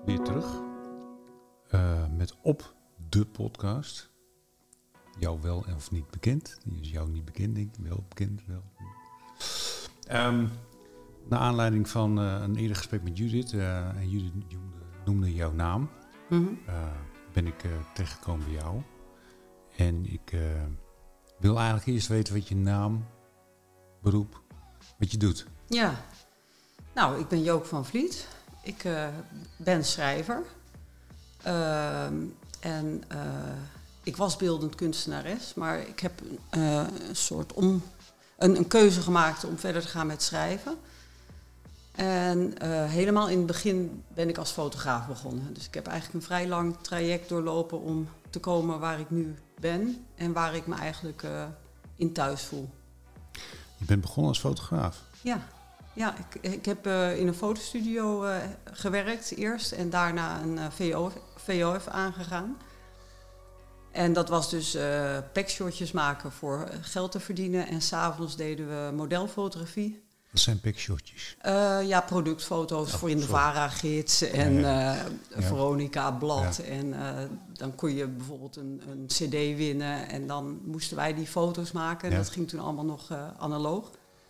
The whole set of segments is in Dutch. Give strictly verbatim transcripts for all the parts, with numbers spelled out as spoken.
weer terug uh, met Op de podcast. Jou wel of niet bekend. Die is jou niet bekend, denk ik. Wel bekend, wel. Um, naar aanleiding van uh, een eerder gesprek met Judith. Uh, en Judith noemde, noemde jouw naam. Mm-hmm. Uh, ben ik uh, terechtgekomen bij jou. En ik uh, wil eigenlijk eerst weten wat je naam, beroep, wat je doet. Ja, nou, ik ben Jook van Vliet. Ik uh, ben schrijver. Uh, en uh, ik was beeldend kunstenares, maar ik heb uh, een soort om, een, een keuze gemaakt om verder te gaan met schrijven. En uh, helemaal in het begin ben ik als fotograaf begonnen. Dus ik heb eigenlijk een vrij lang traject doorlopen om te komen waar ik nu ben en waar ik me eigenlijk uh, in thuis voel. Je bent begonnen als fotograaf? Ja. Ja, ik, ik heb uh, in een fotostudio uh, gewerkt eerst en daarna een uh, V O F aangegaan. En dat was dus uh, packshotjes maken voor geld te verdienen. En 's avonds deden we modelfotografie. Wat zijn packshotjes? Uh, ja, productfoto's oh, voor in de VARA-gids en ja, ja. Uh, ja. Veronica-blad. Ja. En uh, dan kon je bijvoorbeeld een, een cd winnen en dan moesten wij die foto's maken. Ja. Dat ging toen allemaal nog uh, analoog.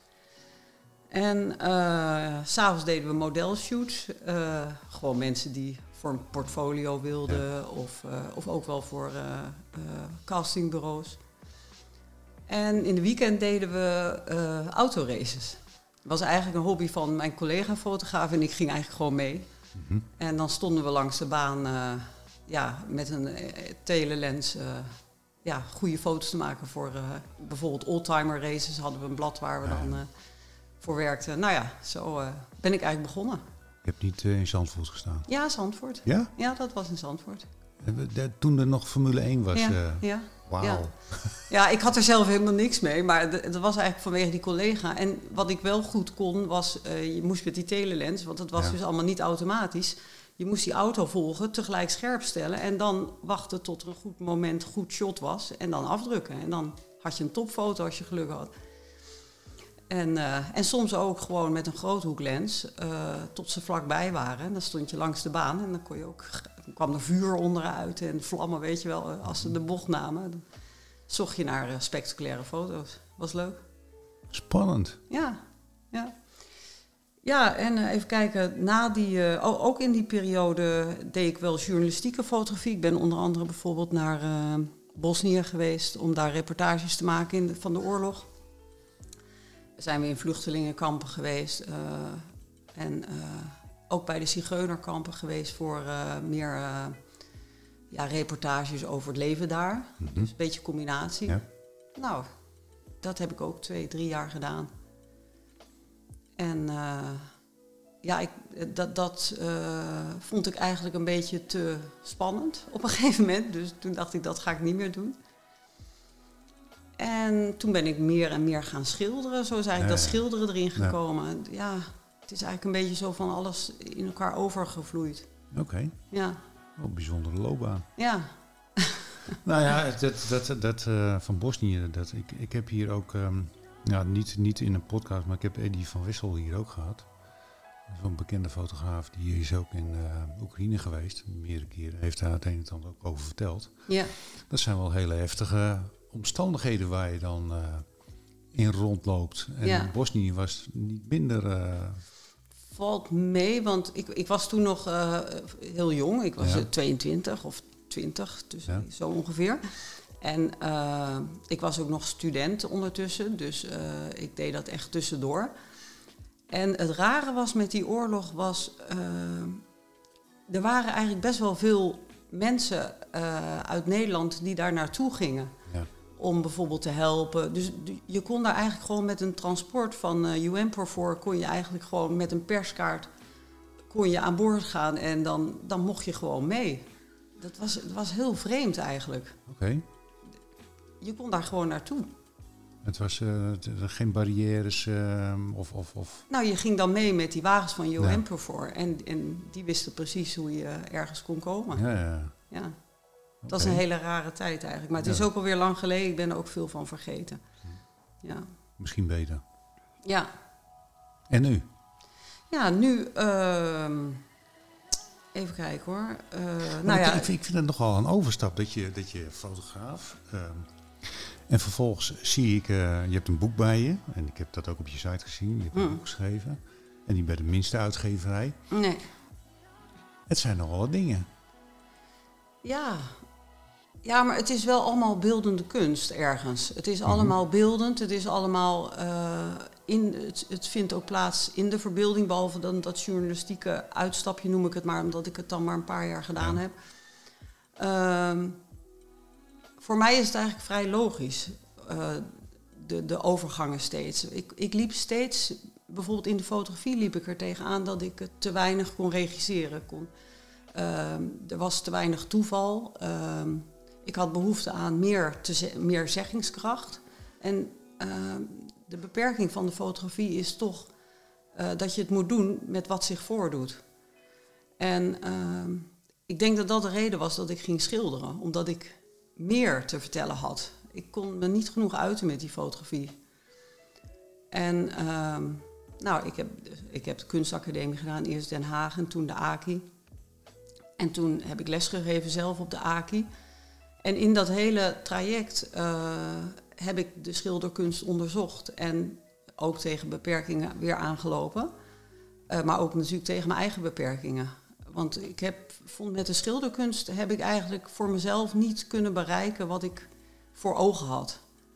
En uh, 's avonds deden we modelshoots. Uh, gewoon mensen die voor een portfolio wilden. Ja. Of, uh, of ook wel voor uh, uh, castingbureaus. En in de weekend deden we uh, autoraces. Dat was eigenlijk een hobby van mijn collega-fotograaf. En ik ging eigenlijk gewoon mee. Mm-hmm. En dan stonden we langs de baan uh, ja, met een uh, telelens... Uh, ja, goede foto's te maken voor uh, bijvoorbeeld oldtimer races. Hadden we een blad waar we ja. dan... Uh, voor werkte. Nou ja, zo uh, ben ik eigenlijk begonnen. Je hebt niet uh, in Zandvoort gestaan? Ja, Zandvoort. Ja? Ja, dat was in Zandvoort. De, toen er nog Formule één was? Ja, uh, ja. Wauw. Ja. ja, ik had er zelf helemaal niks mee, maar de, dat was eigenlijk vanwege die collega. En wat ik wel goed kon, was, uh, je moest met die telelens, want het was ja. dus allemaal niet automatisch. Je moest die auto volgen, tegelijk scherp stellen en dan wachten tot er een goed moment, goed shot was en dan afdrukken. En dan had je een topfoto als je geluk had. En, uh, en soms ook gewoon met een groothoeklens, uh, tot ze vlakbij waren. En dan stond je langs de baan en dan kon je ook, dan kwam er vuur onderuit en vlammen, weet je wel. Als ze de bocht namen, dan zocht je naar uh, spectaculaire foto's. Was leuk. Spannend. Ja, ja. Ja, en uh, even kijken, na die, uh, ook in die periode deed ik wel journalistieke fotografie. Ik ben onder andere bijvoorbeeld naar uh, Bosnië geweest om daar reportages te maken in de, van de oorlog. Zijn we in vluchtelingenkampen geweest uh, en uh, ook bij de zigeunerkampen geweest voor uh, meer uh, ja, reportages over het leven daar. Mm-hmm. Dus een beetje combinatie. Ja. Nou, dat heb ik ook twee, drie jaar gedaan. En uh, ja, ik, dat, dat uh, vond ik eigenlijk een beetje te spannend op een gegeven moment. Dus toen dacht ik, dat ga ik niet meer doen. En toen ben ik meer en meer gaan schilderen. Zo is eigenlijk ja, dat schilderen erin gekomen. Ja. ja, het is eigenlijk een beetje zo van alles in elkaar overgevloeid. Oké. Okay. Ja. Oh, bijzondere loopbaan. Ja. Nou ja, dat, dat, dat uh, van Bosnië, dat, ik, ik heb hier ook, um, ja, niet, niet in een podcast, maar ik heb Eddie van Wissel hier ook gehad. Zo'n bekende fotograaf, die is ook in uh, Oekraïne geweest. Meerdere keren heeft daar het een en ander ook over verteld. Ja. Dat zijn wel hele heftige omstandigheden waar je dan uh, in rondloopt. En ja. Bosnië was niet minder... Uh... Valt mee, want ik, ik was toen nog uh, heel jong. Ik was ja. tweeëntwintig of twintig, dus ja. zo ongeveer. En uh, ik was ook nog student ondertussen, dus uh, ik deed dat echt tussendoor. En het rare was met die oorlog was... Uh, er waren eigenlijk best wel veel mensen uh, uit Nederland die daar naartoe gingen. Ja. Om bijvoorbeeld te helpen. Dus je kon daar eigenlijk gewoon met een transport van uh, U N P R O V kon je eigenlijk gewoon met een perskaart kon je aan boord gaan en dan, dan mocht je gewoon mee. Dat was, dat was heel vreemd eigenlijk. Oké. Okay. Je kon daar gewoon naartoe. Het was uh, geen barrières uh, of, of, of... Nou, je ging dan mee met die wagens van U N P R O V en, en die wisten precies hoe je ergens kon komen. Ja, ja. Ja. Dat is okay. Een hele rare tijd eigenlijk. Maar het ja. is ook alweer lang geleden. Ik ben er ook veel van vergeten. Ja. Misschien beter. Ja. En nu? Ja, nu... Uh, even kijken hoor. Uh, nou, nou ik, ja, ik, vind, ik vind het nogal een overstap dat je, dat je fotograaf... Uh, en vervolgens zie ik, uh, je hebt een boek bij je. En ik heb dat ook op je site gezien. Je hebt een hmm. boek geschreven. En niet bij de minste uitgeverij. Nee. Het zijn nogal wat dingen. Ja. Ja, maar het is wel allemaal beeldende kunst ergens. Het is allemaal mm-hmm. beeldend. Het is allemaal... Uh, in, het, het vindt ook plaats in de verbeelding. Behalve dan dat journalistieke uitstapje noem ik het maar. Omdat ik het dan maar een paar jaar gedaan ja. heb. Uh, voor mij is het eigenlijk vrij logisch. Uh, de, de overgangen steeds. Ik, ik liep steeds... Bijvoorbeeld in de fotografie liep ik er tegenaan dat ik het te weinig kon regisseren. Kon. Uh, er was te weinig toeval. Uh, ik had behoefte aan meer, te ze- meer zeggingskracht. En uh, de beperking van de fotografie is toch uh, dat je het moet doen met wat zich voordoet. En uh, ik denk dat dat de reden was dat ik ging schilderen. Omdat ik meer te vertellen had. Ik kon me niet genoeg uiten met die fotografie. En... Uh, Nou, ik heb, ik heb de kunstacademie gedaan, eerst Den Haag en toen de A K I. En toen heb ik lesgegeven zelf op de A K I. En in dat hele traject uh, heb ik de schilderkunst onderzocht. En ook tegen beperkingen weer aangelopen. Uh, maar ook natuurlijk tegen mijn eigen beperkingen. Want ik heb, vond met de schilderkunst heb ik eigenlijk voor mezelf niet kunnen bereiken wat ik voor ogen had.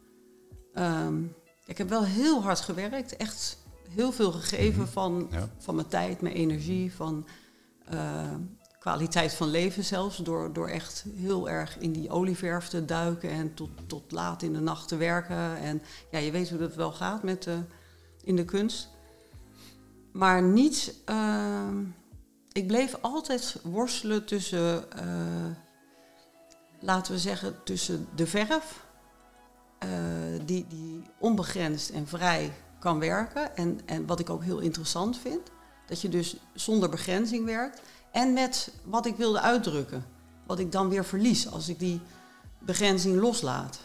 Um, ik heb wel heel hard gewerkt, echt... heel veel gegeven mm-hmm. van, ja. van mijn tijd, mijn energie, van uh, kwaliteit van leven zelfs. Door, door echt heel erg in die olieverf te duiken en tot, tot laat in de nacht te werken. En ja, je weet hoe dat wel gaat met, uh, in de kunst. Maar niet... Uh, ik bleef altijd worstelen tussen, uh, laten we zeggen, tussen de verf... Uh, die, die onbegrensd en vrij... kan werken. En, en wat ik ook heel interessant vind. Dat je dus zonder begrenzing werkt. En met wat ik wilde uitdrukken. Wat ik dan weer verlies als ik die begrenzing loslaat.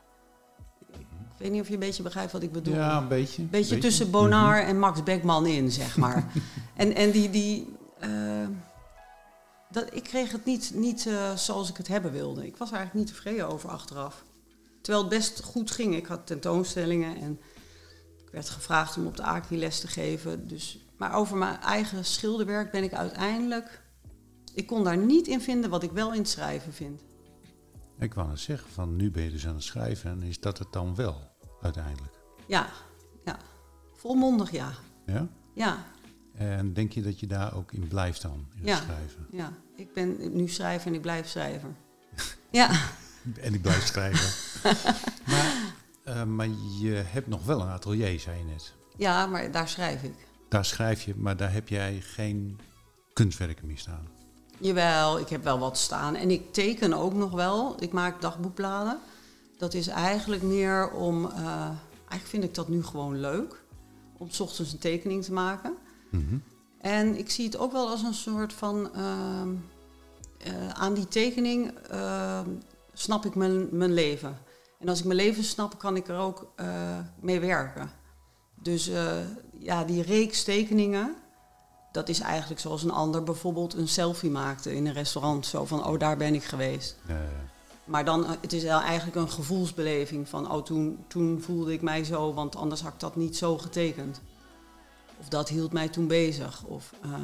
Ik weet niet of je een beetje begrijpt wat ik bedoel. Ja, een beetje. Een beetje, beetje. tussen Bonnard mm-hmm. en Max Beckmann in, zeg maar. en, en die... die uh, dat, ik kreeg het niet, niet uh, zoals ik het hebben wilde. Ik was er eigenlijk niet tevreden over achteraf. Terwijl het best goed ging. Ik had tentoonstellingen en... Ik werd gevraagd om op de A K I les te geven. Dus, maar over mijn eigen schilderwerk ben ik uiteindelijk... Ik kon daar niet in vinden wat ik wel in het schrijven vind. Ik wou het zeggen, van nu ben je dus aan het schrijven... en is dat het dan wel, uiteindelijk? Ja, ja. Volmondig ja. Ja? Ja. En denk je dat je daar ook in blijft dan, in ja. het schrijven? Ja, ik ben nu schrijver en ik blijf schrijver. ja. En ik blijf schrijven. maar... Uh, maar je hebt nog wel een atelier, zei je net. Ja, maar daar schrijf ik. Daar schrijf je, maar daar heb jij geen kunstwerken meer staan? Jawel, ik heb wel wat staan. En ik teken ook nog wel. Ik maak dagboekbladen. Dat is eigenlijk meer om... Uh, eigenlijk vind ik dat nu gewoon leuk. Om 's ochtends een tekening te maken. Mm-hmm. En ik zie het ook wel als een soort van... Uh, uh, aan die tekening uh, snap ik mijn, mijn leven. En als ik mijn leven snap, kan ik er ook uh, mee werken. Dus uh, ja, die reeks tekeningen, dat is eigenlijk zoals een ander bijvoorbeeld een selfie maakte in een restaurant. Zo van, oh, daar ben ik geweest. Ja, ja. Maar dan, uh, het is eigenlijk een gevoelsbeleving van, oh, toen, toen voelde ik mij zo, want anders had ik dat niet zo getekend. Of dat hield mij toen bezig. Of, uh,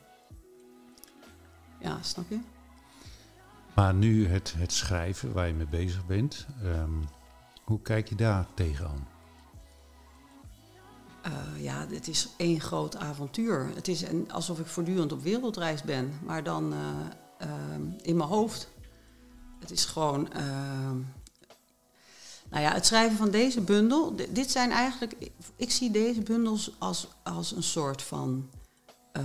ja, snap je? Maar nu het, het schrijven waar je mee bezig bent, um, hoe kijk je daar tegenaan? Uh, ja, het is één groot avontuur. Het is een, alsof ik voortdurend op wereldreis ben, maar dan uh, uh, in mijn hoofd. Het is gewoon... Uh, nou ja, het schrijven van deze bundel, d- dit zijn eigenlijk... Ik, ik zie deze bundels als, als een soort van... Uh,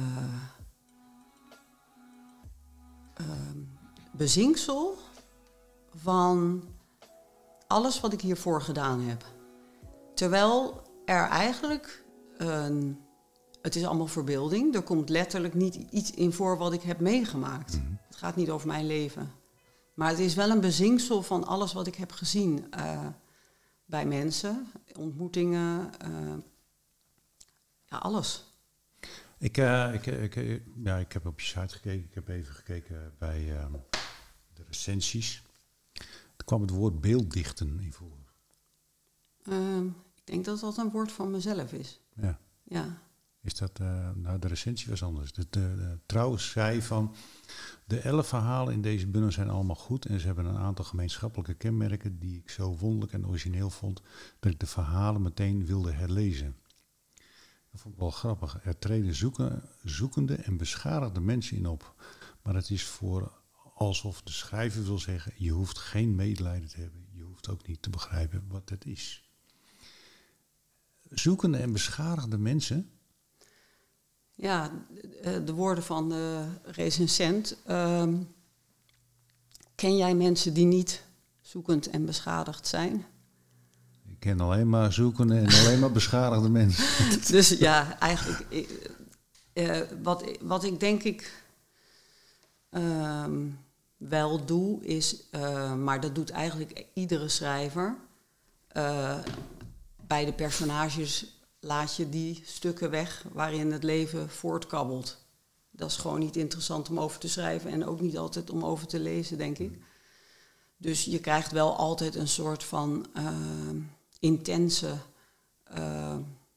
uh, bezinksel van alles wat ik hiervoor gedaan heb. Terwijl er eigenlijk, een, het is allemaal verbeelding, er komt letterlijk niet iets in voor wat ik heb meegemaakt. Mm-hmm. Het gaat niet over mijn leven. Maar het is wel een bezinksel van alles wat ik heb gezien uh, bij mensen, ontmoetingen, uh, ja, alles. Ik, uh, ik, ik, ja, ik heb op je site gekeken. Ik heb even gekeken bij uh, de recensies. Er kwam het woord beelddichten in voor. Uh, ik denk dat dat een woord van mezelf is. Ja. Ja. Is dat, uh, nou de recensie was anders. De, de, de, trouwens zei van, de elf verhalen in deze bundel zijn allemaal goed en ze hebben een aantal gemeenschappelijke kenmerken die ik zo wonderlijk en origineel vond dat ik de verhalen meteen wilde herlezen. Dat vond ik wel grappig. Er treden zoeken, zoekende en beschadigde mensen in op. Maar het is voor alsof de schrijver wil zeggen, je hoeft geen medelijden te hebben. Je hoeft ook niet te begrijpen wat het is. Zoekende en beschadigde mensen. Ja, de, de woorden van de recensent. Uh, ken jij mensen die niet zoekend en beschadigd zijn? Ik ken alleen maar zoekende en alleen maar beschadigde mensen. Dus ja, eigenlijk, ik, uh, wat, wat ik denk ik uh, wel doe, is, uh, maar dat doet eigenlijk iedere schrijver, uh, bij de personages laat je die stukken weg waarin het leven voortkabbelt. Dat is gewoon niet interessant om over te schrijven en ook niet altijd om over te lezen, denk ik. Dus je krijgt wel altijd een soort van uh, intense uh,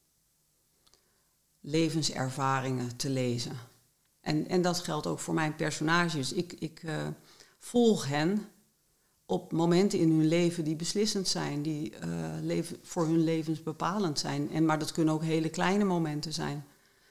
levenservaringen te lezen. En, en dat geldt ook voor mijn personages. Ik, ik uh, volg hen op momenten in hun leven die beslissend zijn, die uh, leven, voor hun levens bepalend zijn. En, maar dat kunnen ook hele kleine momenten zijn.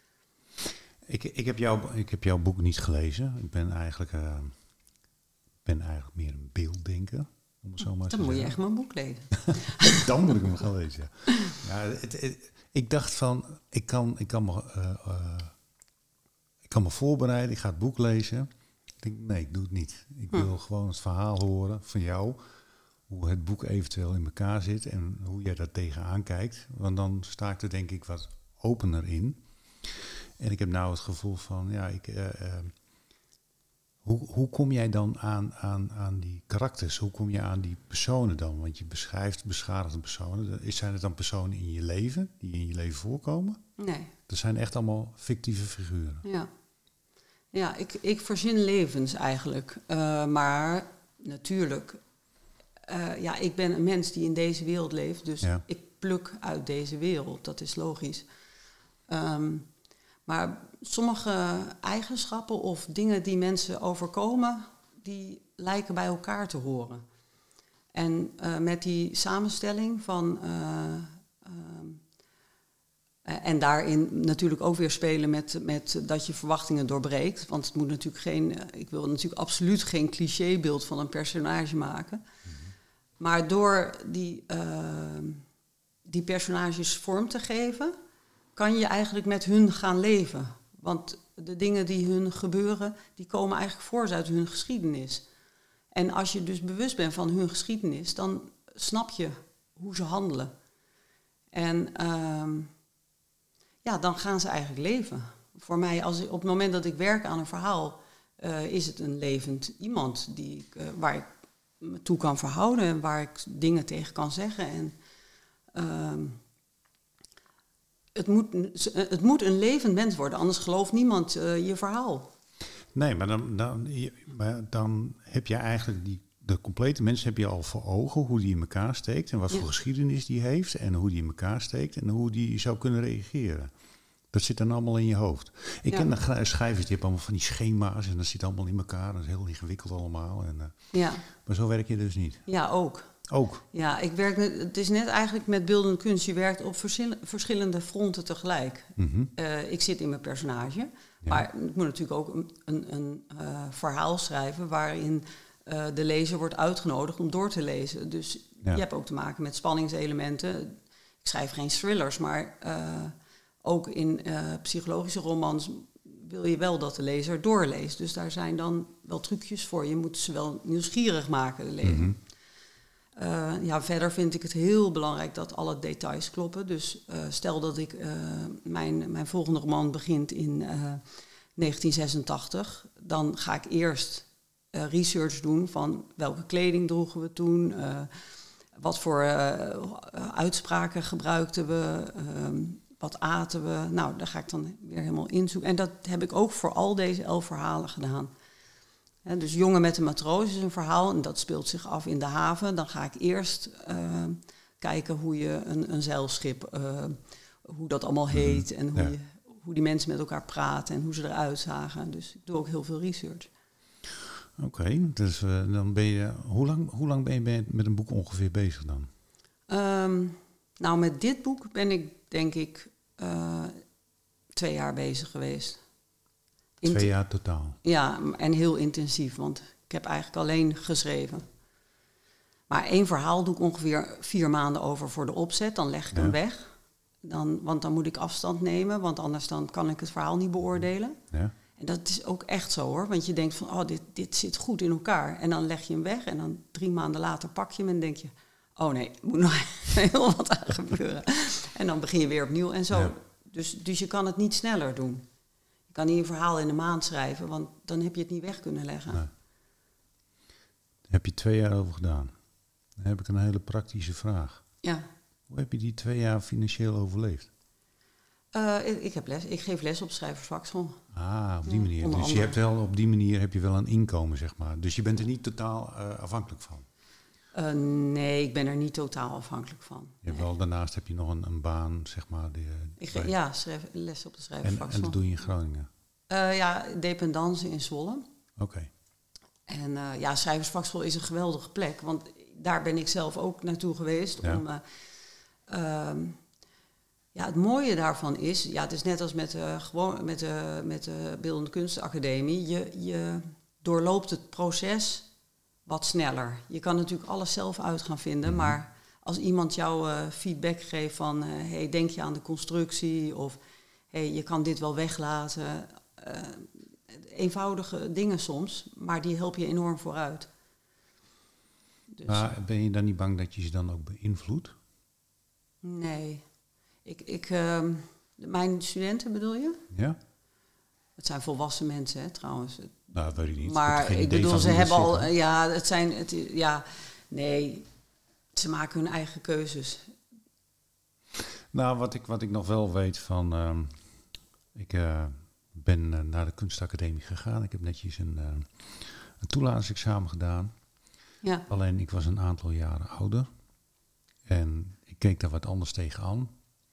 Ik, ik, heb, jou, ik heb jouw boek niet gelezen. Ik ben eigenlijk, uh, ben eigenlijk meer een beelddenker. Om het zo maar Dan te moet zeggen. je echt mijn boek lezen. Dan moet ik hem gaan lezen. Ja. Ja, het, het, ik dacht van, ik kan, ik, kan me, uh, uh, ik kan me voorbereiden, ik ga het boek lezen. Ik denk, nee, ik doe het niet. Ik hm. wil gewoon het verhaal horen van jou. Hoe het boek eventueel in elkaar zit en hoe jij daar tegenaan kijkt. Want dan sta ik er denk ik wat opener in. En ik heb nou het gevoel van, ja, ik, uh, uh, hoe, hoe kom jij dan aan, aan, aan die karakters? Hoe kom je aan die personen dan? Want je beschrijft beschadigde personen. Zijn het dan personen in je leven, die in je leven voorkomen? Nee. Dat zijn echt allemaal fictieve figuren. Ja, ja ik, ik verzin levens eigenlijk. Uh, maar natuurlijk, uh, ja, ik ben een mens die in deze wereld leeft. Dus ja. ik pluk uit deze wereld, dat is logisch. Um, Maar sommige eigenschappen of dingen die mensen overkomen, die lijken bij elkaar te horen. En uh, met die samenstelling van... Uh, uh, en daarin natuurlijk ook weer spelen met, met dat je verwachtingen doorbreekt. Want het moet natuurlijk geen... Ik wil natuurlijk absoluut geen clichébeeld van een personage maken. Mm-hmm. Maar door die, uh, die personages vorm te geven, kan je eigenlijk met hun gaan leven. Want de dingen die hun gebeuren, die komen eigenlijk voort uit hun geschiedenis. En als je dus bewust bent van hun geschiedenis, dan snap je hoe ze handelen. En uh, ja, dan gaan ze eigenlijk leven. Voor mij, als ik, op het moment dat ik werk aan een verhaal, uh, is het een levend iemand die ik, uh, waar ik me toe kan verhouden en waar ik dingen tegen kan zeggen. En uh, Het moet, het moet een levend mens worden, anders gelooft niemand uh, je verhaal. Nee, maar dan, dan, maar dan heb je eigenlijk die, de complete mens heb je al voor ogen, hoe die in elkaar steekt en wat ja. voor geschiedenis die heeft en hoe die in elkaar steekt en hoe die zou kunnen reageren. Dat zit dan allemaal in je hoofd. Ik ja. ken de schrijvers, die hebben allemaal van die schema's en dat zit allemaal in elkaar. Dat is heel ingewikkeld allemaal. En, uh, ja. Maar zo werk je dus niet. Ja, ook. Ook? Ja, ik werk net, het is net eigenlijk met beeldende kunst. Je werkt op verschillende fronten tegelijk. Mm-hmm. Uh, ik zit in mijn personage. Ja. Maar ik moet natuurlijk ook een, een, een uh, verhaal schrijven waarin uh, de lezer wordt uitgenodigd om door te lezen. Dus ja. je hebt ook te maken met spanningselementen. Ik schrijf geen thrillers, maar uh, ook in uh, psychologische romans wil je wel dat de lezer doorleest. Dus daar zijn dan wel trucjes voor. Je moet ze wel nieuwsgierig maken, de lezer. Mm-hmm. Uh, ja, verder vind ik het heel belangrijk dat alle details kloppen. Dus uh, stel dat ik uh, mijn, mijn volgende roman begint in uh, negentien zesentachtig, dan ga ik eerst uh, research doen van welke kleding droegen we toen, uh, wat voor uh, uitspraken gebruikten we, uh, wat aten we? Nou, daar ga ik dan weer helemaal inzoeken. En dat heb ik ook voor al deze elf verhalen gedaan. He, dus Jongen met de matroos is een verhaal en dat speelt zich af in de haven. Dan ga ik eerst uh, kijken hoe je een, een zeilschip, uh, hoe dat allemaal heet... en hoe, ja. je, hoe die mensen met elkaar praten en hoe ze eruit zagen. Dus ik doe ook heel veel research. Oké, okay, dus uh, dan ben je... Hoe lang, hoe lang ben je met een boek ongeveer bezig dan? Um, nou, met dit boek ben ik denk ik uh, twee jaar bezig geweest. Int- twee jaar totaal? Ja, en heel intensief, want ik heb eigenlijk alleen geschreven. Maar één verhaal doe ik ongeveer vier maanden over voor de opzet. Dan leg ik ja. hem weg. Dan, want dan moet ik afstand nemen, want anders dan kan ik het verhaal niet beoordelen. Ja. En dat is ook echt zo hoor, want je denkt van, oh, dit, dit zit goed in elkaar. En dan leg je hem weg en dan drie maanden later pak je hem en denk je... oh nee, er moet nog heel wat aan gebeuren. En dan begin je weer opnieuw en zo. Ja. Dus, dus je kan het niet sneller doen. Je kan niet een verhaal in een maand schrijven, want dan heb je het niet weg kunnen leggen. Nee. Daar heb je twee jaar over gedaan. Dan heb ik een hele praktische vraag. Ja. Hoe heb je die twee jaar financieel overleefd? Uh, ik, ik, heb les, ik geef les op schrijversvakschool. Ah, op die ja, manier. Dus andere. je hebt wel op die manier heb je wel een inkomen, zeg maar. Dus je bent er niet totaal uh, afhankelijk van? Uh, nee, ik ben er niet totaal afhankelijk van. Ja, wel, daarnaast heb je nog een, een baan, zeg maar. Die, ik ge- ja, schrijf, les op de schrijversvakschool. En, en dat doe je in Groningen? Uh, ja, dependance in Zwolle. Oké. Okay. En uh, ja, schrijversvakschool is een geweldige plek, want daar ben ik zelf ook naartoe geweest. Ja. Om, uh, uh, ja, het mooie daarvan is, ja, het is net als met, uh, gewoon, met, uh, met de Beeldende Kunstacademie, je, je doorloopt het proces wat sneller. Je kan natuurlijk alles zelf uit gaan vinden, mm-hmm. maar als iemand jou uh, feedback geeft van, uh, hey, denk je aan de constructie of hey, je kan dit wel weglaten. Uh, eenvoudige dingen soms, maar die helpen je enorm vooruit. Dus. Maar ben je dan niet bang dat je ze dan ook beïnvloedt? Nee. Ik, ik, uh, mijn studenten bedoel je? Ja. Het zijn volwassen mensen, hè, trouwens. Nou, dat weet ik niet. Maar ik, ik bedoel, ze hebben al... Uh, ja, het zijn... Het, ja, nee, ze maken hun eigen keuzes. Nou, wat ik, wat ik nog wel weet van... Uh, ik uh, ben uh, naar de kunstacademie gegaan. Ik heb netjes een, uh, een toelatingsexamen gedaan. Ja. Alleen, ik was een aantal jaren ouder. En ik keek daar wat anders tegenaan.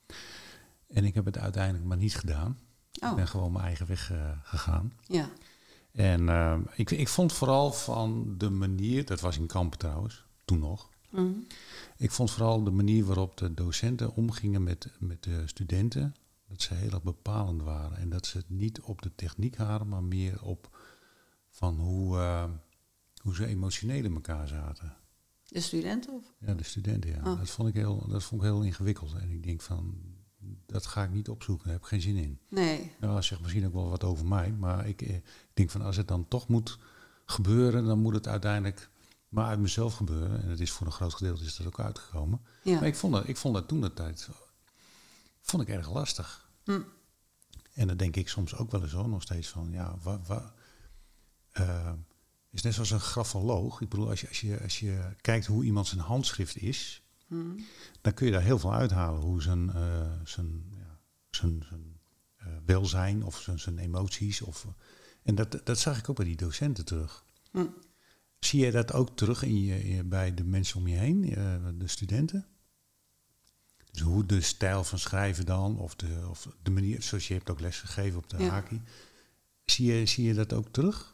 En ik heb het uiteindelijk maar niet gedaan. Oh. Ik ben gewoon mijn eigen weg uh, gegaan. Ja. En uh, ik, ik vond vooral van de manier... Dat was in Kampen trouwens, toen nog. Mm-hmm. Ik vond vooral de manier waarop de docenten omgingen met, met de studenten... dat ze heel erg bepalend waren. En dat ze het niet op de techniek hadden, maar meer op van hoe, uh, hoe ze emotioneel in elkaar zaten. De studenten? Of? Ja, de studenten, ja. Oh. Dat vond ik heel, dat vond ik heel ingewikkeld. En ik denk van, dat ga ik niet opzoeken. Daar heb ik geen zin in. Nee. Nou, dat zegt misschien ook wel wat over mij. Maar ik, ik denk van, als het dan toch moet gebeuren, dan moet het uiteindelijk maar uit mezelf gebeuren. En het is voor een groot gedeelte is dat ook uitgekomen. Ja. Maar ik vond dat, ik vond dat toen de tijd, vond ik erg lastig. Hm. En dan denk ik soms ook wel eens zo nog steeds van, ja, wat... Wa, uh, is net zoals een grafoloog. Ik bedoel, als je, als je, als je kijkt hoe iemand zijn handschrift is, hmm. dan kun je daar heel veel uithalen. Hoe zijn, uh, zijn, ja, zijn, zijn uh, welzijn of zijn, zijn emoties. Of, en dat, dat zag ik ook bij die docenten terug. Hmm. Zie je dat ook terug in je, in, bij de mensen om je heen, uh, de studenten? Dus hoe de stijl van schrijven dan, of de, of de manier, zoals je hebt ook les gegeven op de ja. Haki. Zie je, zie je dat ook terug?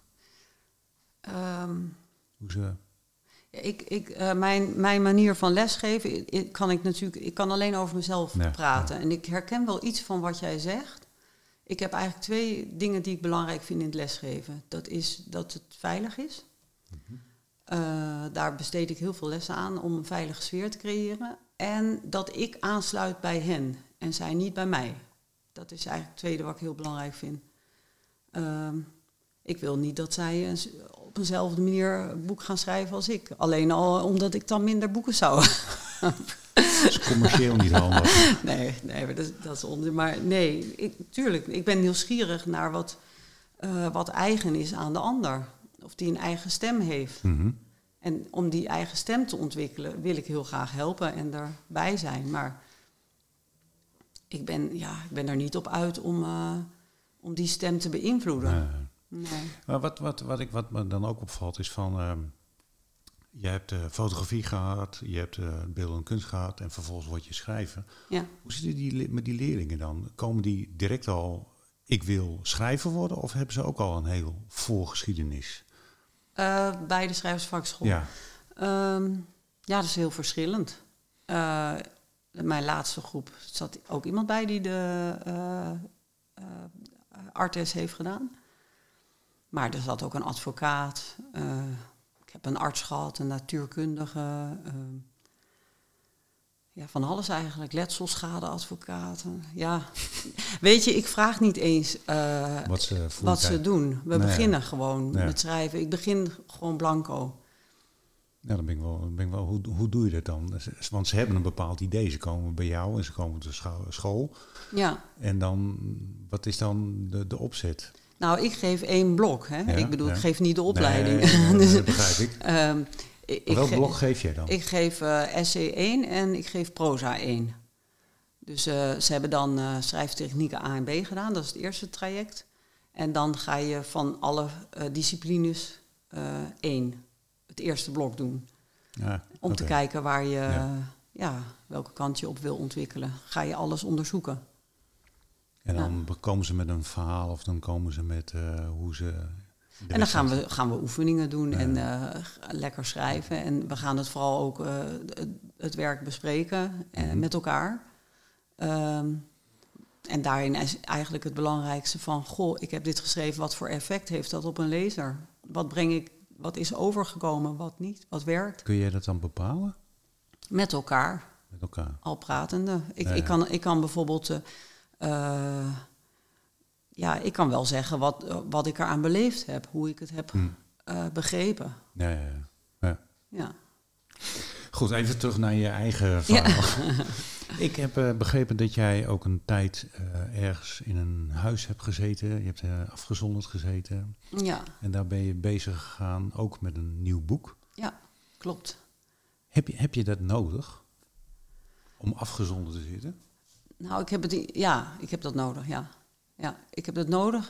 Um, Hoe ze... ja, ik, ik, uh, mijn, mijn manier van lesgeven, ik, kan ik natuurlijk, ik kan alleen over mezelf ja, praten. Ja. En ik herken wel iets van wat jij zegt. Ik heb eigenlijk twee dingen die ik belangrijk vind in het lesgeven. Dat is dat het veilig is. Mm-hmm. Uh, daar besteed ik heel veel lessen aan om een veilige sfeer te creëren. En dat ik aansluit bij hen en zij niet bij mij. Dat is eigenlijk het tweede wat ik heel belangrijk vind. Uh, ik wil niet dat zij een, op eenzelfde manier een boek gaan schrijven als ik. Alleen al omdat ik dan minder boeken zou. Dat is commercieel niet handig. Nee, nee maar dat, dat is onzin. Maar nee, ik, tuurlijk, ik ben nieuwsgierig naar wat, uh, wat eigen is aan de ander. Of die een eigen stem heeft. Mm-hmm. En om die eigen stem te ontwikkelen wil ik heel graag helpen en erbij zijn. Maar ik ben, ja, ik ben er niet op uit om, uh, om die stem te beïnvloeden. Nee. Nee. Maar wat, wat, wat, ik, wat me dan ook opvalt is van... Uh, je hebt uh, fotografie gehad, je hebt uh, beeld en kunst gehad... en vervolgens word je schrijven. Ja. Hoe zitten die met die leerlingen dan? Komen die direct al... ik wil schrijver worden... of hebben ze ook al een heel voorgeschiedenis? Uh, bij de schrijversvakschool? Ja. Um, ja, dat is heel verschillend. Uh, mijn laatste groep zat ook iemand bij die de uh, uh, artes heeft gedaan. Maar er zat ook een advocaat. Uh, ik heb een arts gehad, een natuurkundige. Uh, ja, van alles eigenlijk. Letselschadeadvocaten. Ja, weet je, ik vraag niet eens uh, wat, ze, wat ze doen. We nee, beginnen gewoon nee. met schrijven. Ik begin gewoon blanco. Ja, dan ben ik wel, ben ik wel hoe, hoe doe je dat dan? Want ze hebben een bepaald idee. Ze komen bij jou en ze komen op de school. Ja. En dan, wat is dan de, de opzet? Nou, ik geef één blok. Hè? Ja, ik bedoel, ja. ik geef niet de opleiding. Nee, nee, nee, dat begrijp ik. um, ik welk ge- blok geef jij dan? Ik geef uh, essay één en ik geef proza één. Dus uh, ze hebben dan uh, schrijftechnieken A en B gedaan. Dat is het eerste traject. En dan ga je van alle uh, disciplines uh, één. Het eerste blok doen. Ja, om okay. te kijken waar je, ja. ja, welke kant je op wil ontwikkelen. Ga je alles onderzoeken. En dan ja. komen ze met een verhaal of dan komen ze met uh, hoe ze... En dan gaan we, gaan we oefeningen doen ja. en uh, lekker schrijven. En we gaan het vooral ook uh, het, het werk bespreken uh, mm-hmm. met elkaar. Um, en daarin is eigenlijk het belangrijkste van... goh, ik heb dit geschreven, wat voor effect heeft dat op een lezer? Wat breng ik, wat is overgekomen, wat niet, wat werkt? Kun jij dat dan bepalen? Met elkaar. Met elkaar. Al pratende. Ik, ja, ja. ik, kan, ik kan bijvoorbeeld... Uh, uh, ja, ik kan wel zeggen wat, uh, wat ik eraan beleefd heb. Hoe ik het heb hmm. uh, begrepen. Ja, ja, ja. ja. ja. Goed, even terug naar je eigen verhaal. Ja. Ik heb uh, begrepen dat jij ook een tijd uh, ergens in een huis hebt gezeten. Je hebt uh, afgezonderd gezeten. Ja. En daar ben je bezig gegaan, ook met een nieuw boek. Ja, klopt. Heb je, heb je dat nodig? Om afgezonderd te zitten? Nou, ik heb het, ja, ik heb dat nodig, ja. Ja, ik heb dat nodig.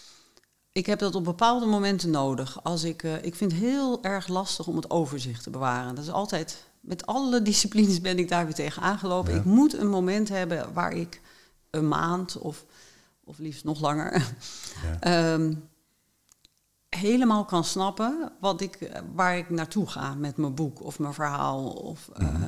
Ik heb dat op bepaalde momenten nodig. Als ik, uh, ik vind het heel erg lastig om het overzicht te bewaren. Dat is altijd, met alle disciplines ben ik daar weer tegen aangelopen. Ja. Ik moet een moment hebben waar ik een maand of, of liefst nog langer... Ja. um, helemaal kan snappen wat ik, waar ik naartoe ga met mijn boek of mijn verhaal. Of, mm-hmm. uh,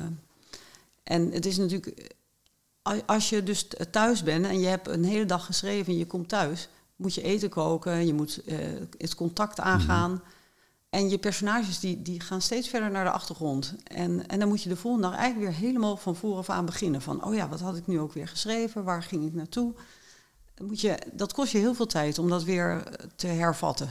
en het is natuurlijk... Als je dus thuis bent en je hebt een hele dag geschreven en je komt thuis... moet je eten koken, je moet uh, het contact aangaan. Mm-hmm. En je personages die, die gaan steeds verder naar de achtergrond. En, en dan moet je de volgende dag eigenlijk weer helemaal van vooraf aan beginnen. Van, oh ja, wat had ik nu ook weer geschreven? Waar ging ik naartoe? Dan moet je, dat kost je heel veel tijd om dat weer te hervatten.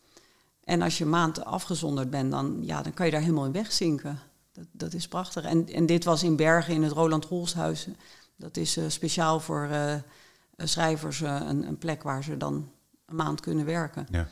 En als je een maand afgezonderd bent, dan, ja, dan kan je daar helemaal in wegzinken. Dat, dat is prachtig. En, en dit was in Bergen in het Roland Holshuis. Dat is uh, speciaal voor uh, schrijvers uh, een, een plek waar ze dan een maand kunnen werken. Ja.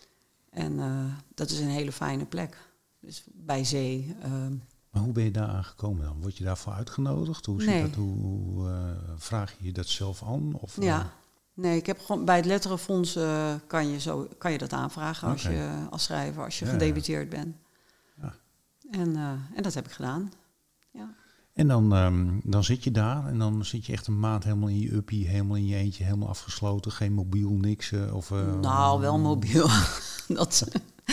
En uh, dat is een hele fijne plek. Dus bij zee. Uh, maar hoe ben je daar aangekomen dan? Word je daarvoor uitgenodigd? Hoe nee. dat, hoe uh, vraag je je dat zelf aan? Of, ja. Uh... Nee, ik heb gewoon bij het Letterenfonds uh, kan, je zo, kan je dat aanvragen als, okay. je, als schrijver, als je ja, gedebuteerd ja. bent. Ja. En, uh, en dat heb ik gedaan. Ja. En dan, um, dan zit je daar en dan zit je echt een maand helemaal in je uppie, helemaal in je eentje, helemaal afgesloten, geen mobiel, niks. Uh, of, uh, nou, wel mobiel. dat,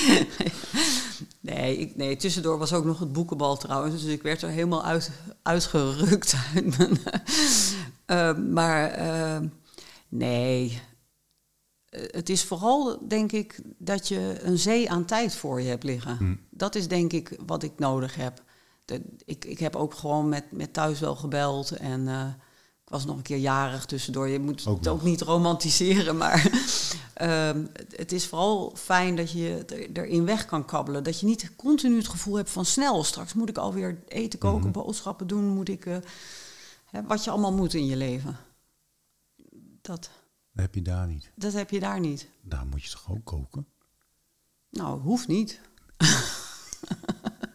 nee, ik, nee, tussendoor was ook nog het boekenbal trouwens, dus ik werd er helemaal uit, uitgerukt. Uit mijn, uh, maar uh, nee, het is vooral denk ik dat je een zee aan tijd voor je hebt liggen. Hmm. Dat is denk ik wat ik nodig heb. De, ik, ik heb ook gewoon met, met thuis wel gebeld en uh, ik was nog een keer jarig tussendoor. Je moet ook het nog. ook niet romantiseren, maar uh, het is vooral fijn dat je er, erin weg kan kabbelen. Dat je niet continu het gevoel hebt van snel, straks moet ik alweer eten koken, mm-hmm. boodschappen doen, moet ik, uh, hè, wat je allemaal moet in je leven. Dat, dat heb je daar niet. Dat heb je daar niet. Daar moet je toch ook koken? Nou, hoeft niet.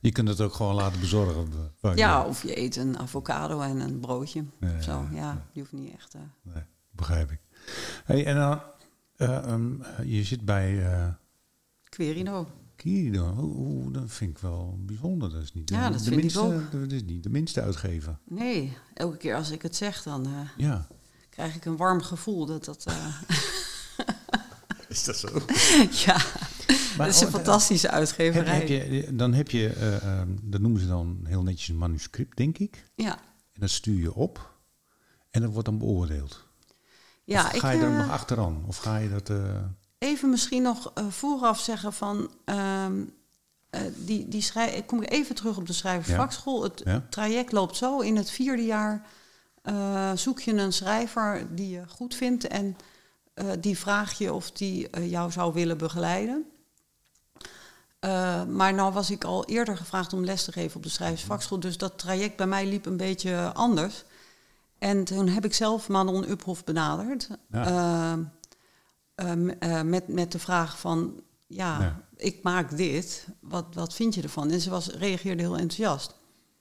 Je kunt het ook gewoon laten bezorgen. Ja, ja, of je eet een avocado en een broodje. Ja, of zo. Ja, ja. Je hoeft niet echt... Uh... Nee, begrijp ik. Hey, en dan, uh, um, je zit bij... Uh, Querido. Querido, oeh, dat vind ik wel bijzonder. Dat is niet de, ja, dat de vind minste, ik ook. Dat is niet de minste uitgever. Nee, elke keer als ik het zeg, dan uh, ja. krijg ik een warm gevoel dat dat... Uh... is dat zo? ja, maar, dat is een oh, fantastische uitgeverij. Heb, heb je, dan heb je, uh, uh, dat noemen ze dan heel netjes een manuscript, denk ik. Ja. En dat stuur je op en dat wordt dan beoordeeld. Ja, of ga ik, je er uh, nog achteraan? Of ga je dat... Uh... Even misschien nog uh, vooraf zeggen van... Uh, uh, die, die schrij- ik kom even terug op de schrijversvakschool. Ja. Het ja. traject loopt zo. In het vierde jaar uh, zoek je een schrijver die je goed vindt... en uh, die vraag je of die uh, jou zou willen begeleiden. Uh, maar nou was ik al eerder gevraagd om les te geven op de schrijversvakschool... dus dat traject bij mij liep een beetje anders... En toen heb ik zelf Manon Uphoff benaderd. Ja. Uh, uh, uh, met, met de vraag van, ja, ja, ik maak dit. Wat, wat vind je ervan? En ze was, reageerde heel enthousiast.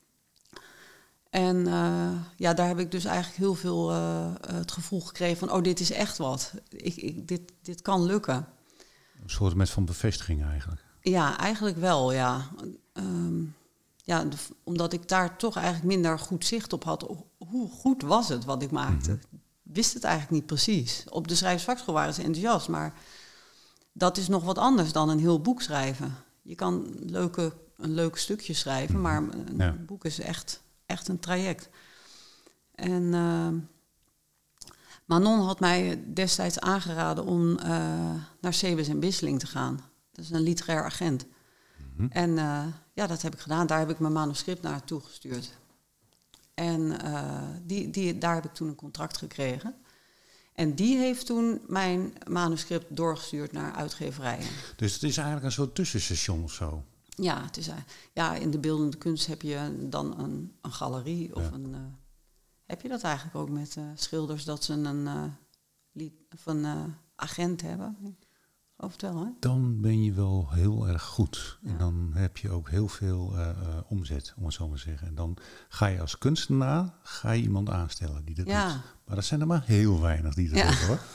En uh, ja, daar heb ik dus eigenlijk heel veel uh, het gevoel gekregen van... oh, dit is echt wat. Ik, ik, dit, dit kan lukken. Een soort met van bevestiging eigenlijk. Ja, eigenlijk wel, ja. Um, Ja, de, omdat ik daar toch eigenlijk minder goed zicht op had. Hoe goed was het wat ik maakte? Mm-hmm. Wist het eigenlijk niet precies. Op de schrijversvakschool waren ze enthousiast, maar dat is nog wat anders dan een heel boek schrijven. Je kan leuke, een leuk stukje schrijven, mm-hmm. maar een ja. boek is echt, echt een traject. En uh, Manon had mij destijds aangeraden om uh, naar Sebes en Bisseling te gaan. Dat is een literair agent. Mm-hmm. En uh, ja, dat heb ik gedaan. Daar heb ik mijn manuscript naartoe gestuurd. En uh, die, die, daar heb ik toen een contract gekregen. En die heeft toen mijn manuscript doorgestuurd naar uitgeverijen. Dus het is eigenlijk een soort tussenstation of zo? Ja, het is, uh, ja, in de beeldende kunst heb je dan een, een galerie. Of ja. een, uh, heb je dat eigenlijk ook met uh, schilders, dat ze een, uh, lied, of een uh, agent hebben? Oftewel, hè? Dan ben je wel heel erg goed. Ja. En dan heb je ook heel veel uh, uh, omzet, om het zo maar te zeggen. En dan ga je als kunstenaar ga je iemand aanstellen die dat ja. doet. Maar dat zijn er maar heel weinig die dat ja. doen, hoor.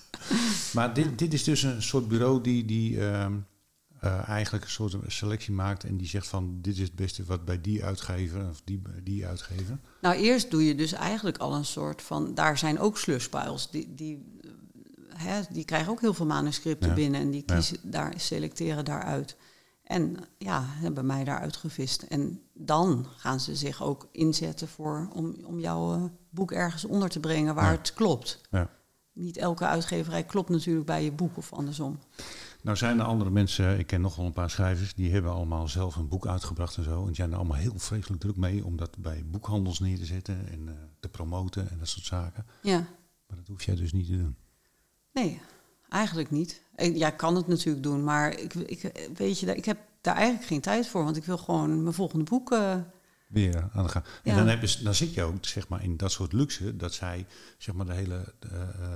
Maar dit, dit is dus een soort bureau die, die uh, uh, eigenlijk een soort selectie maakt... en die zegt van, dit is het beste wat bij die uitgever of die, die uitgever. Nou, eerst doe je dus eigenlijk al een soort van... Daar zijn ook slushpiles die... die He, die krijgen ook heel veel manuscripten ja. binnen en die kiezen ja. daar, selecteren daaruit. En ja, hebben mij daaruit gevist. En dan gaan ze zich ook inzetten voor om, om jouw uh, boek ergens onder te brengen waar ja. het klopt. Ja. Niet elke uitgeverij klopt natuurlijk bij je boek of andersom. Nou zijn er andere mensen, ik ken nog wel een paar schrijvers... die hebben allemaal zelf een boek uitgebracht en zo. En die zijn er allemaal heel vreselijk druk mee... om dat bij boekhandels neer te zetten en uh, te promoten en dat soort zaken. Ja. Maar dat hoef jij dus niet te doen. Nee, eigenlijk niet. Ja, ik kan het natuurlijk doen, maar ik, ik, weet je, ik heb daar eigenlijk geen tijd voor, want ik wil gewoon mijn volgende boek... Uh... weer aan de gang. En ja. dan, heb je, dan zit je ook zeg maar, in dat soort luxe, dat zij zeg maar, de hele, uh, uh,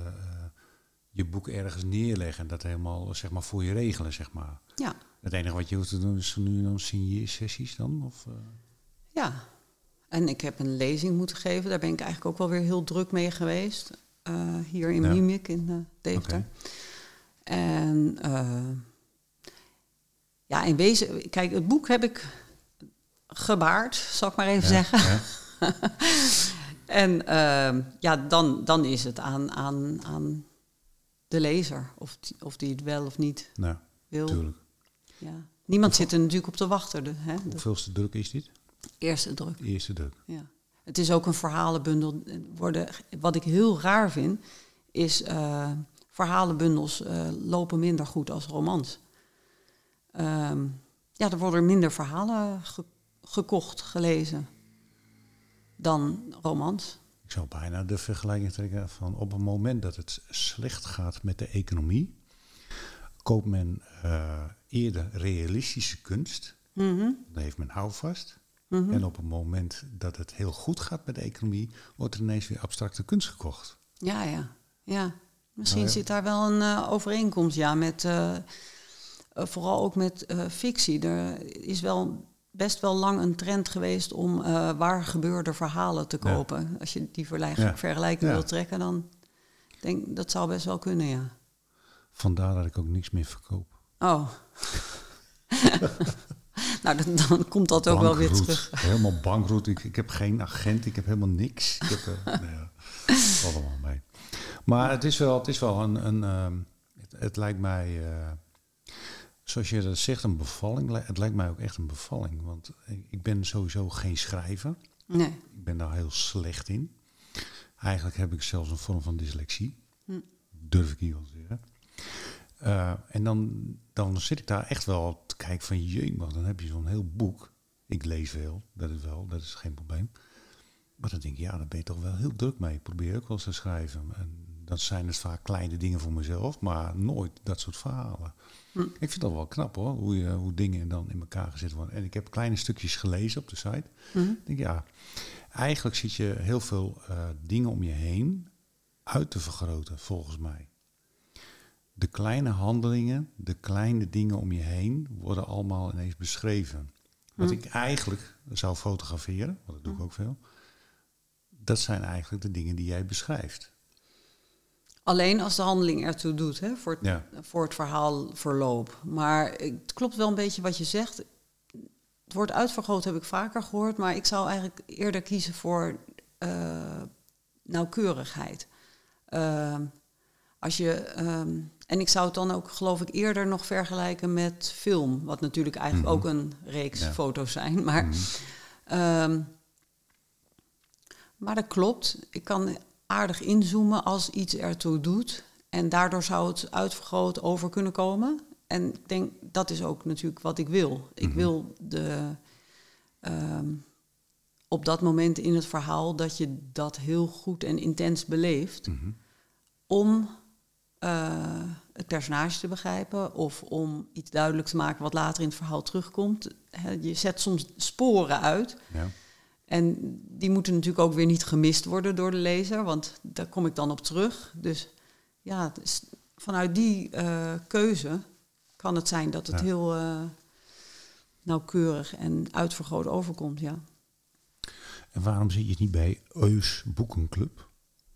je boek ergens neerleggen en dat helemaal zeg maar, voor je regelen. Zeg maar. Ja. Het enige wat je hoeft te doen is nu dan signeersessies dan? Of, uh... Ja, en ik heb een lezing moeten geven, daar ben ik eigenlijk ook wel weer heel druk mee geweest... Uh, hier in ja. Mimik in uh, Deventer. Okay. En uh, ja, in wezen... Kijk, het boek heb ik gebaard, zal ik maar even ja, zeggen. Ja. en uh, ja, dan, dan is het aan, aan, aan de lezer of die, of die het wel of niet ja, wil. Tuurlijk. Ja. Niemand Hoeveel, zit er natuurlijk op te wachten. De, hè, de, hoeveelste druk is dit? Eerste druk. Eerste druk. Ja. Het is ook een verhalenbundel. Worden, wat ik heel raar vind, is uh, verhalenbundels uh, lopen minder goed als romans. Um, ja, er worden minder verhalen ge- gekocht, gelezen dan romans. Ik zou bijna de vergelijking trekken van op het moment dat het slecht gaat met de economie, koopt men uh, eerder realistische kunst. Mm-hmm. Dan heeft men houvast. Mm-hmm. En op het moment dat het heel goed gaat met de economie, wordt er ineens weer abstracte kunst gekocht. Ja, ja. ja. Misschien nou, ja. zit daar wel een uh, overeenkomst, ja, met uh, uh, vooral ook met uh, fictie. Er is wel best wel lang een trend geweest om uh, waar gebeurde verhalen te kopen. Ja. Als je die vergelijking, ja. vergelijking ja. wilt trekken, dan denk ik dat zou best wel kunnen, ja. Vandaar dat ik ook niks meer verkoop. Oh. Nou, dan, dan komt dat ook wel weer terug. Helemaal bankroet. Ik, ik heb geen agent, ik heb helemaal niks. Ik heb uh, nou ja, allemaal mee. Maar het is wel, het is wel een... een um, het, het lijkt mij... Uh, zoals je dat zegt, een bevalling. Het lijkt mij ook echt een bevalling. Want ik ben sowieso geen schrijver. Nee. Ik ben daar heel slecht in. Eigenlijk heb ik zelfs een vorm van dyslexie. Hm. Durf ik hier wel te zeggen. Uh, en dan, dan zit ik daar echt wel te kijken van... jee, maar dan heb je zo'n heel boek. Ik lees veel, dat is wel, dat is geen probleem. Maar dan denk ik, ja, daar ben je toch wel heel druk mee. Ik probeer ook wel eens te schrijven. En dan zijn het vaak kleine dingen voor mezelf... maar nooit dat soort verhalen. Hm. Ik vind dat wel knap hoor, hoe, je, hoe dingen dan in elkaar gezet worden. En ik heb kleine stukjes gelezen op de site. Hm. Ik denk, ja, eigenlijk zit je heel veel uh, dingen om je heen uit te vergroten, volgens mij. De kleine handelingen, de kleine dingen om je heen worden allemaal ineens beschreven. Wat hm. ik eigenlijk zou fotograferen, want dat doe ik ook veel. Dat zijn eigenlijk de dingen die jij beschrijft. Alleen als de handeling ertoe doet, hè, voor, het, ja. voor het verhaalverloop. Maar het klopt wel een beetje wat je zegt. Het woord uitvergroot heb ik vaker gehoord, maar ik zou eigenlijk eerder kiezen voor uh, nauwkeurigheid. Uh, als je, um, en ik zou het dan ook, geloof ik, eerder nog vergelijken met film. Wat natuurlijk eigenlijk mm-hmm. ook een reeks ja. foto's zijn. Maar, mm-hmm. um, maar dat klopt. Ik kan aardig inzoomen als iets ertoe doet. En daardoor zou het uitvergroot over kunnen komen. En ik denk, dat is ook natuurlijk wat ik wil. Ik mm-hmm. wil de, um, op dat moment in het verhaal dat je dat heel goed en intens beleeft. Mm-hmm. Om uh, het personage te begrijpen of om iets duidelijk te maken wat later in het verhaal terugkomt. He, je zet soms sporen uit. Ja. En die moeten natuurlijk ook weer niet gemist worden door de lezer, want daar kom ik dan op terug. Dus ja, dus vanuit die uh, keuze kan het zijn dat het ja. heel uh, nauwkeurig en uitvergroot overkomt, ja. En waarom zit je niet bij Eus Boekenclub?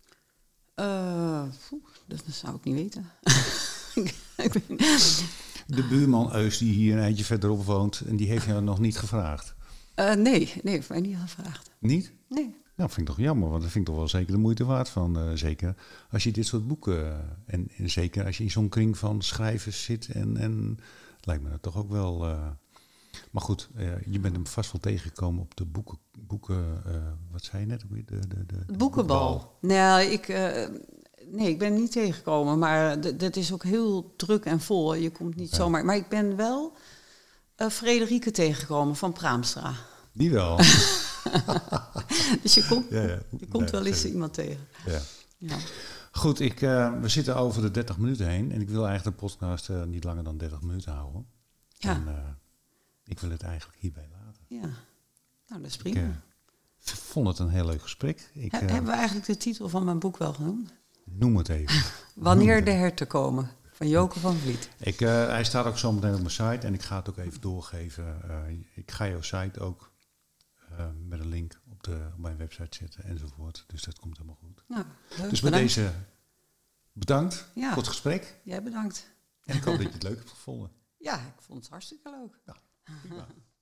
Uh, poeh, dat zou ik niet weten. ik ben... De buurman Eus die hier een eindje verderop woont en die heeft jou nog niet gevraagd. Uh, nee, nee, heeft mij niet gevraagd. Niet? Nee. Nou, vind ik toch jammer, want dat vind ik toch wel zeker de moeite waard van. Uh, zeker als je dit soort boeken, uh, en, en zeker als je in zo'n kring van schrijvers zit, en, en lijkt me dat toch ook wel... Uh, maar goed, uh, je bent hem vast wel tegengekomen op de boeken, boeken uh, wat zei je net? De, de, de, de boekenbal. Nee, ik, uh, nee, ik ben niet tegengekomen, maar d- dat is ook heel druk en vol. Je komt niet ja. zomaar... Maar ik ben wel uh, Frederike tegengekomen van Praamstra. Die wel. Dus je komt, ja, ja. je komt nee, wel eens sorry. iemand tegen. Ja. Ja. Goed, ik, uh, we zitten over de dertig minuten heen. En ik wil eigenlijk de podcast uh, niet langer dan dertig minuten houden. Ja. En, uh, ik wil het eigenlijk hierbij laten. Ja, nou dat is prima. Ik uh, vond het een heel leuk gesprek. Ik, He, uh, hebben we eigenlijk de titel van mijn boek wel genoemd? Noem het even. Wanneer het de herten komen, van Joke van Vliet. Ik, uh, hij staat ook zo meteen op mijn site en ik ga het ook even doorgeven. Uh, ik ga jouw site ook uh, met een link op, de, op mijn website zetten enzovoort. Dus dat komt helemaal goed. Nou, leuk, dus bij bedankt. deze bedankt ja. voor het gesprek. Jij bedankt. En ik hoop dat je het leuk hebt gevonden. Ja, ik vond het hartstikke leuk. Ja, prima.